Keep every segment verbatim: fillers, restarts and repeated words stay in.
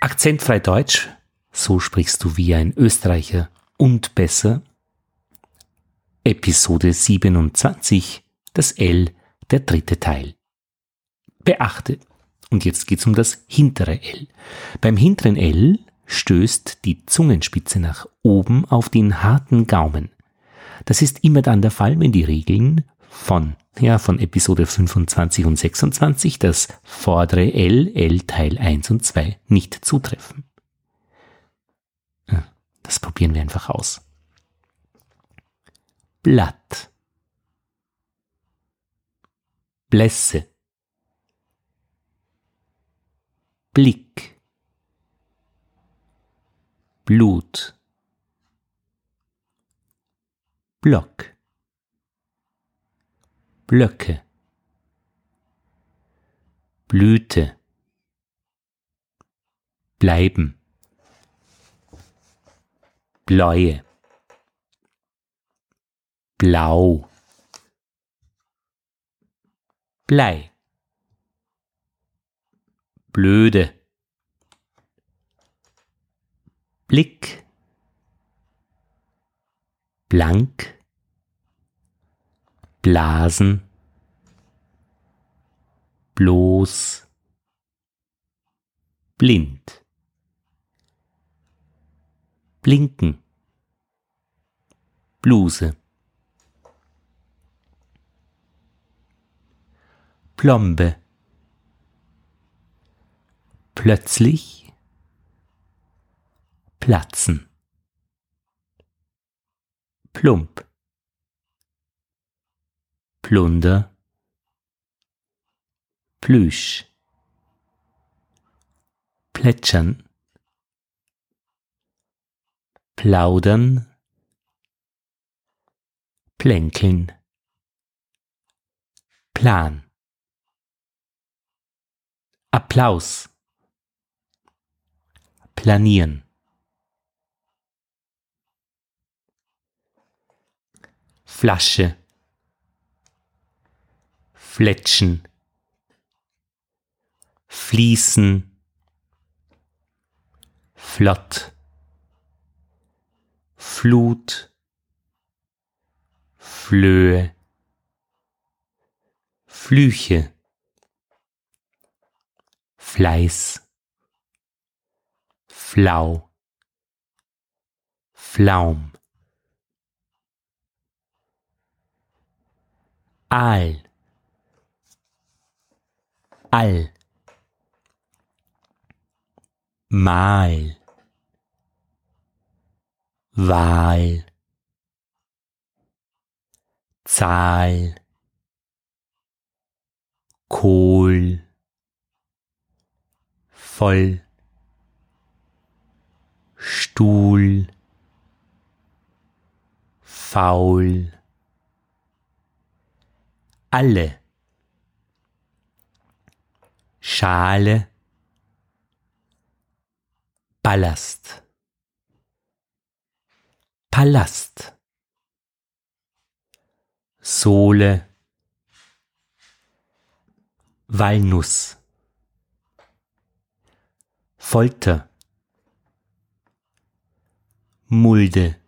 Akzentfrei Deutsch, so sprichst du wie ein Österreicher und besser. Episode siebenundzwanzig, das L, der dritte Teil. Beachte, und jetzt geht's um das hintere L. Beim hinteren L stößt die Zungenspitze nach oben auf den harten Gaumen. Das ist immer dann der Fall, wenn die Regeln von, ja, von Episode fünfundzwanzig und sechsundzwanzig, das vordere L, L Teil eins und zwei, nicht zutreffen. Das probieren wir einfach aus. Blatt, Blässe, Blick, Blut, Block, Blöcke, Blüte, bleiben, Bläue, Blau, Blei, blöde, Blick, blank, blasen, bloß, blind, blinken, Bluse, Plombe, plötzlich, platzen, plump, Plunder, Plüsch, plätschern, plaudern, plänkeln, Plan, Applaus, planieren, Flasche, fletschen, fließen, flott, Flut, Flöhe, Flüche, Fleiß, Flau, Flaum, Aal, All, Mal, Wahl, Zahl, Kohl, voll, Stuhl, faul, alle, Schale, Ballast, Palast, Sohle, Walnuss, Folter, Mulde,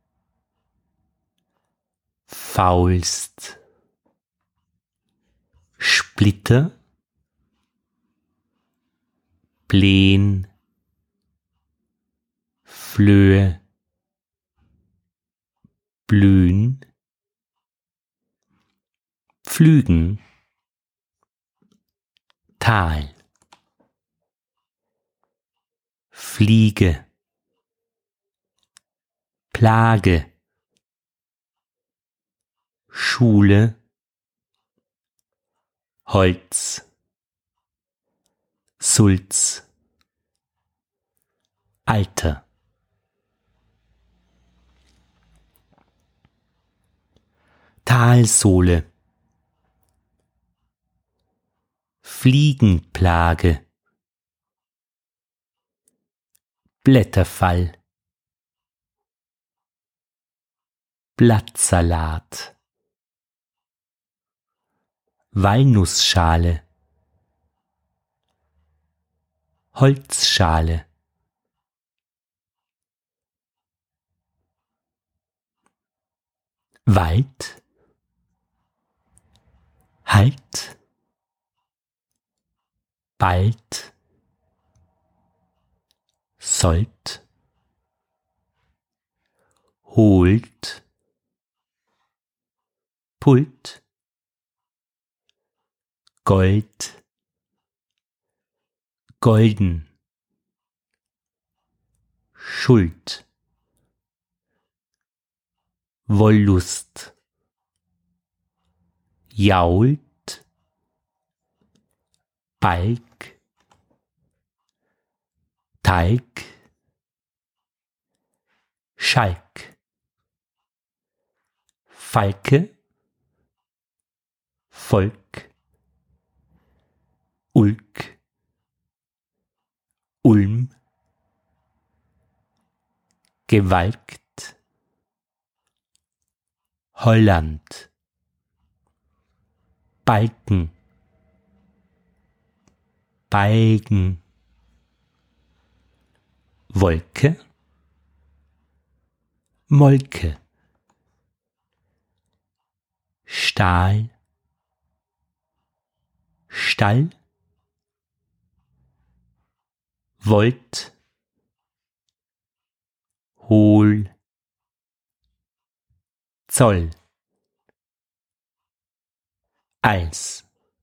Faulst, Splitter, Plen, Flöhe, Blühen, Pflügen, Tal, Fliege, Plage, Schule, Holz, Sulz, Alter. Talsohle, Fliegenplage, Blätterfall, Blattsalat, Walnussschale, Holzschale, Wald, halt, bald, sollt, holt, Pult, Gold, golden, Schuld, Wollust, jault, Balk, Talg, Schalk, Falke, Volk, Ulk, Ulm, gewalkt, Holland, Balken, Balgen, Wolke, Molke, Stahl, Stall, Volt, Hohl, Zoll, als.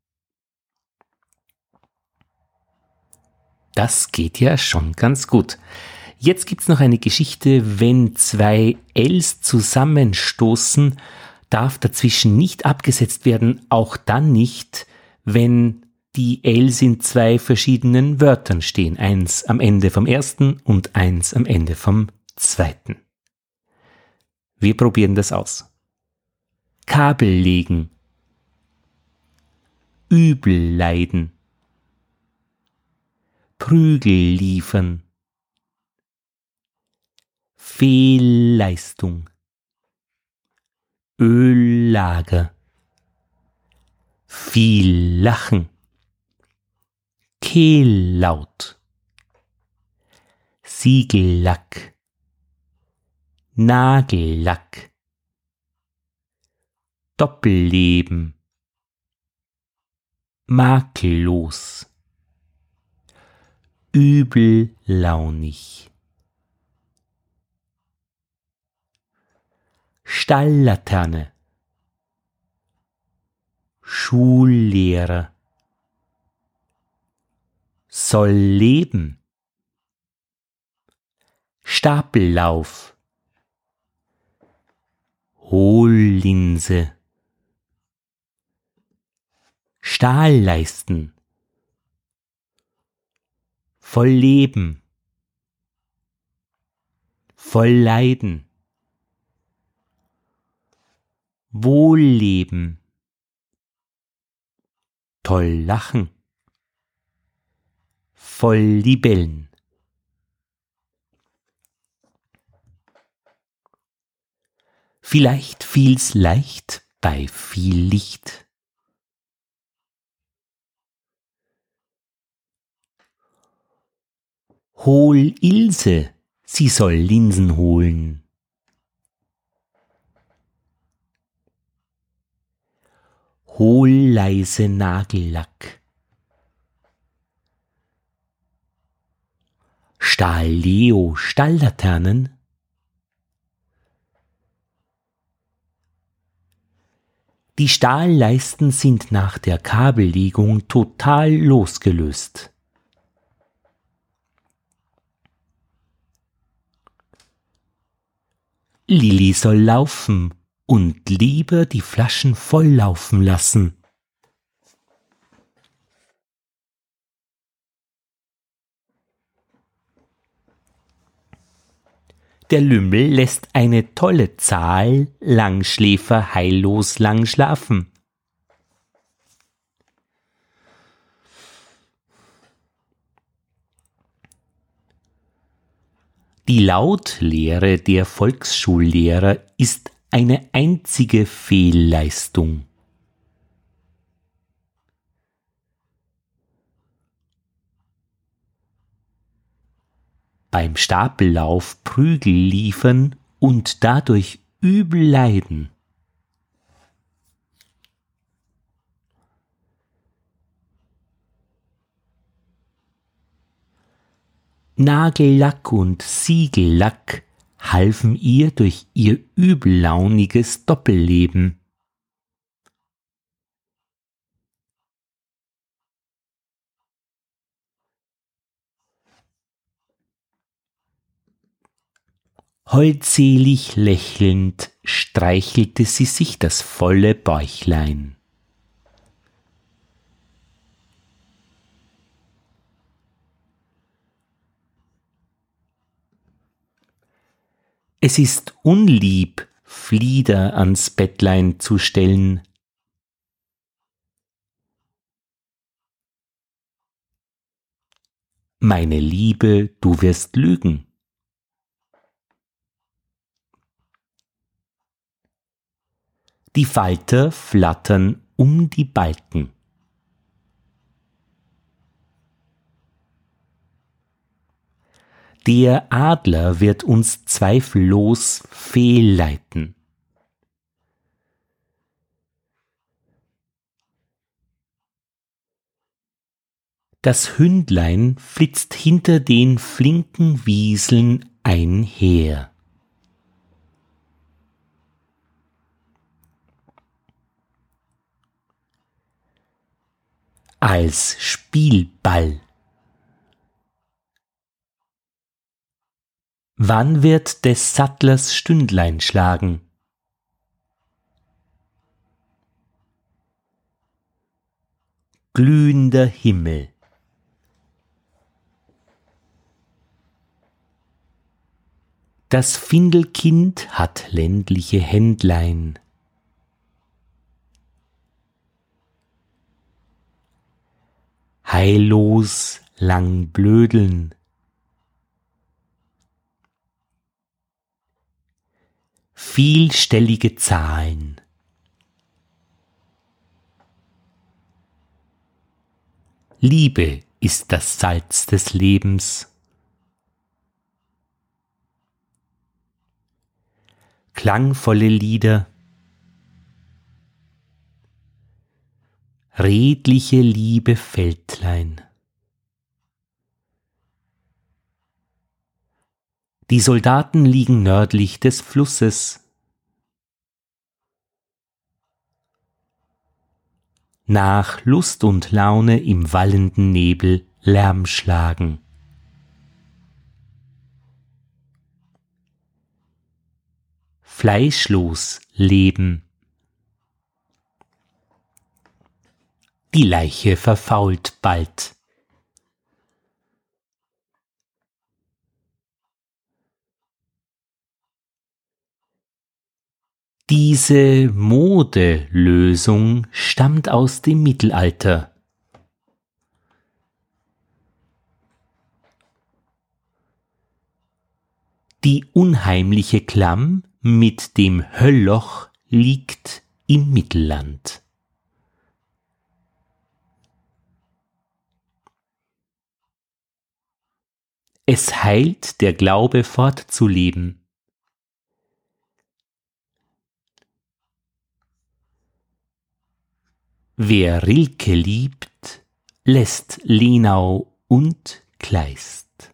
Das geht ja schon ganz gut. Jetzt gibt's noch eine Geschichte, wenn zwei Ls zusammenstoßen, darf dazwischen nicht abgesetzt werden, auch dann nicht, wenn die Ls in zwei verschiedenen Wörtern stehen. Eins am Ende vom ersten und eins am Ende vom zweiten. Wir probieren das aus. Kabel legen. Übel leiden. Prügel liefern. Fehlleistung. Öllager. Viel lachen. Kehllaut. Siegellack. Nagellack. Doppelleben. Makellos. Übellaunig. Stalllaterne. Schullehrer. Soll leben. Stapellauf. Hohllinse. Stahlleisten. Voll Leben. Voll Leiden. Wohlleben. Toll lachen. Voll Libellen. Vielleicht fiel's leicht bei viel Licht. Hol Ilse, sie soll Linsen holen. Hol leise Nagellack. Stahl Leo Stalllaternen. Die Stahlleisten sind nach der Kabellegung total losgelöst. Lilli soll laufen und lieber die Flaschen volllaufen lassen. Der Lümmel lässt eine tolle Zahl Langschläfer heillos lang schlafen. Die Lautlehre der Volksschullehrer ist eine einzige Fehlleistung. Beim Stapellauf Prügel liefern und dadurch übel leiden. Nagellack und Siegellack halfen ihr durch ihr übellauniges Doppelleben. Holdselig lächelnd streichelte sie sich das volle Bäuchlein. Es ist unlieb, Flieder ans Bettlein zu stellen. Meine Liebe, du wirst lügen. Die Falter flattern um die Balken. Der Adler wird uns zweifellos fehlleiten. Das Hündlein flitzt hinter den flinken Wieseln einher. Als Spielball. Wann wird des Sattlers Stündlein schlagen? Glühender Himmel. Das Findelkind hat ländliche Händlein. Heillos lang blödeln. Vielstellige Zahlen. Liebe ist das Salz des Lebens. Klangvolle Lieder. Redliche liebe Veltlein. Die Soldaten liegen nördlich des Flusses. Nach Lust und Laune im wallenden Nebel Lärm schlagen. Fleischlos leben. Die Leiche verfault bald. Diese Modelösung stammt aus dem Mittelalter. Die unheimliche Klamm mit dem Höllloch liegt im Mittelland. Es heilt der Glaube fortzuleben. Wer Rilke liebt, lässt Lenau und Kleist.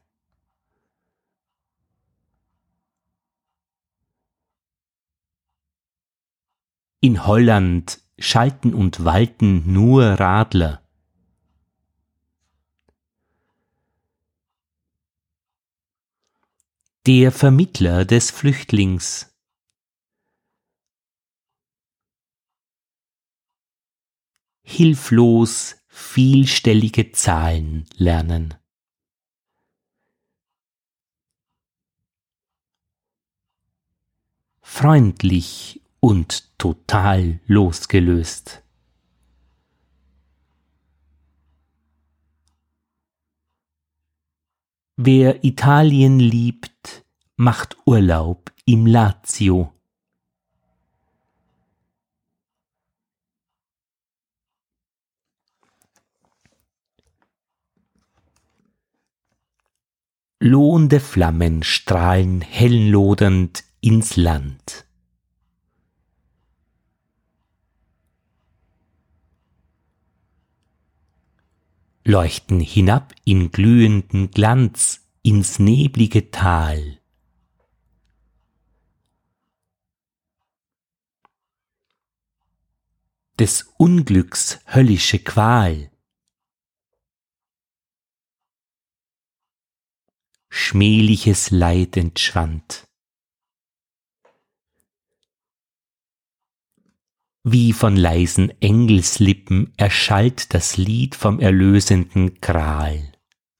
In Holland schalten und walten nur Radler. Der Vermittler des Flüchtlings. Hilflos vielstellige Zahlen lernen. Freundlich und total losgelöst. Wer Italien liebt, macht Urlaub im Lazio. Lohende Flammen strahlen hellenlodernd ins Land. Leuchten hinab in glühenden Glanz ins neblige Tal. Des Unglücks höllische Qual. Schmähliches Leid entschwand. Wie von leisen Engelslippen erschallt das Lied vom erlösenden Gral.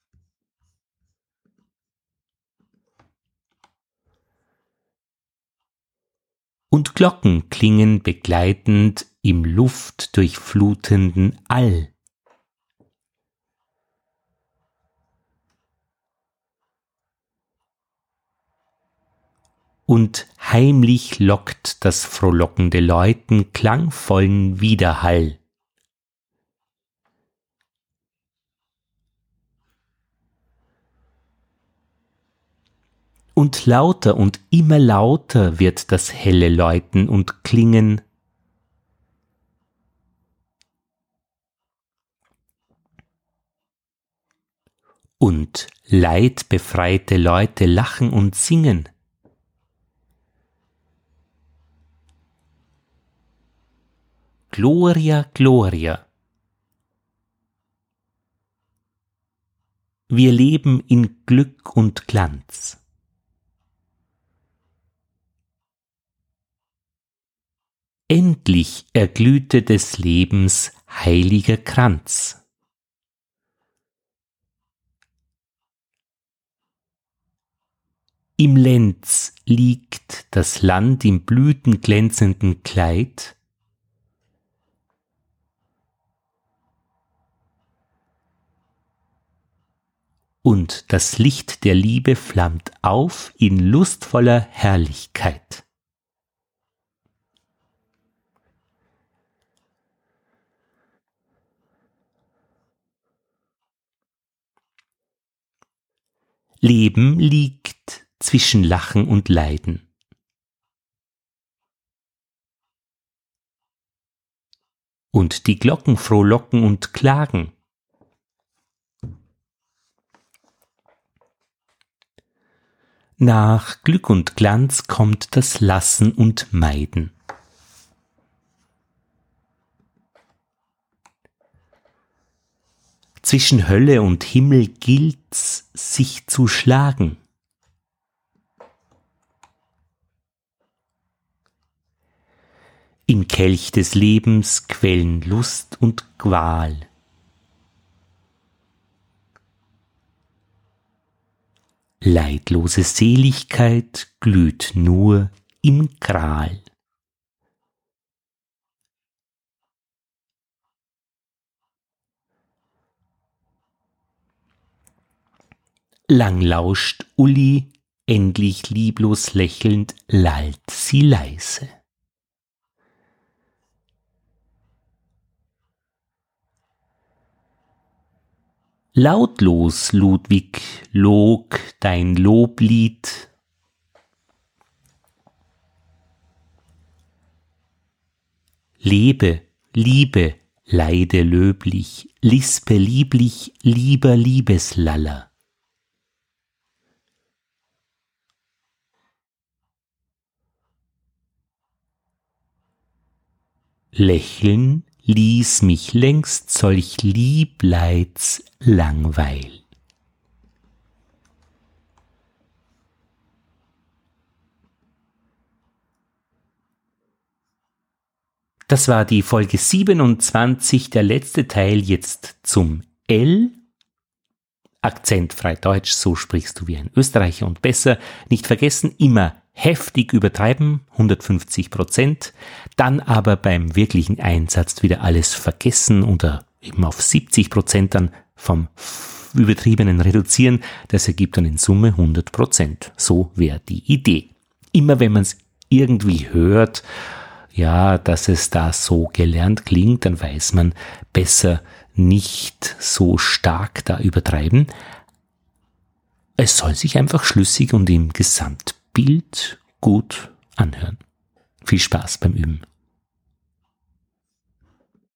Und Glocken klingen begleitend im luftdurchflutenden All. Und heimlich lockt das frohlockende Läuten klangvollen Widerhall. Und lauter und immer lauter wird das helle Läuten und Klingen. Und leidbefreite Leute lachen und singen. Gloria, Gloria. Wir leben in Glück und Glanz. Endlich erglühte des Lebens heiliger Kranz. Im Lenz liegt das Land im blütenglänzenden Kleid. Und das Licht der Liebe flammt auf in lustvoller Herrlichkeit. Leben liegt zwischen Lachen und Leiden. Und die Glocken frohlocken und klagen. Nach Glück und Glanz kommt das Lassen und Meiden. Zwischen Hölle und Himmel gilt's, sich zu schlagen. Im Kelch des Lebens quellen Lust und Qual. Leidlose Seligkeit glüht nur im Gral. Lang lauscht Uli, endlich lieblos lächelnd lallt sie leise. Lautlos, Ludwig, log dein Loblied. Lebe, liebe, leide löblich, lispe lieblich, lieber Liebeslaller. Lächeln ließ mich längst solch Liebleids Langweil. Das war die Folge siebenundzwanzig, der letzte Teil jetzt zum L. Akzentfrei Deutsch, so sprichst du wie ein Österreicher und besser. Nicht vergessen, immer heftig übertreiben, hundertfünfzig Prozent, dann aber beim wirklichen Einsatz wieder alles vergessen oder eben auf siebzig Prozent dann vom Übertriebenen reduzieren. Das ergibt dann in Summe hundert Prozent. So wäre die Idee. Immer wenn man es irgendwie hört, ja, dass es da so gelernt klingt, dann weiß man, besser nicht so stark da übertreiben. Es soll sich einfach schlüssig und im Gesamtbild gut anhören. Viel Spaß beim Üben.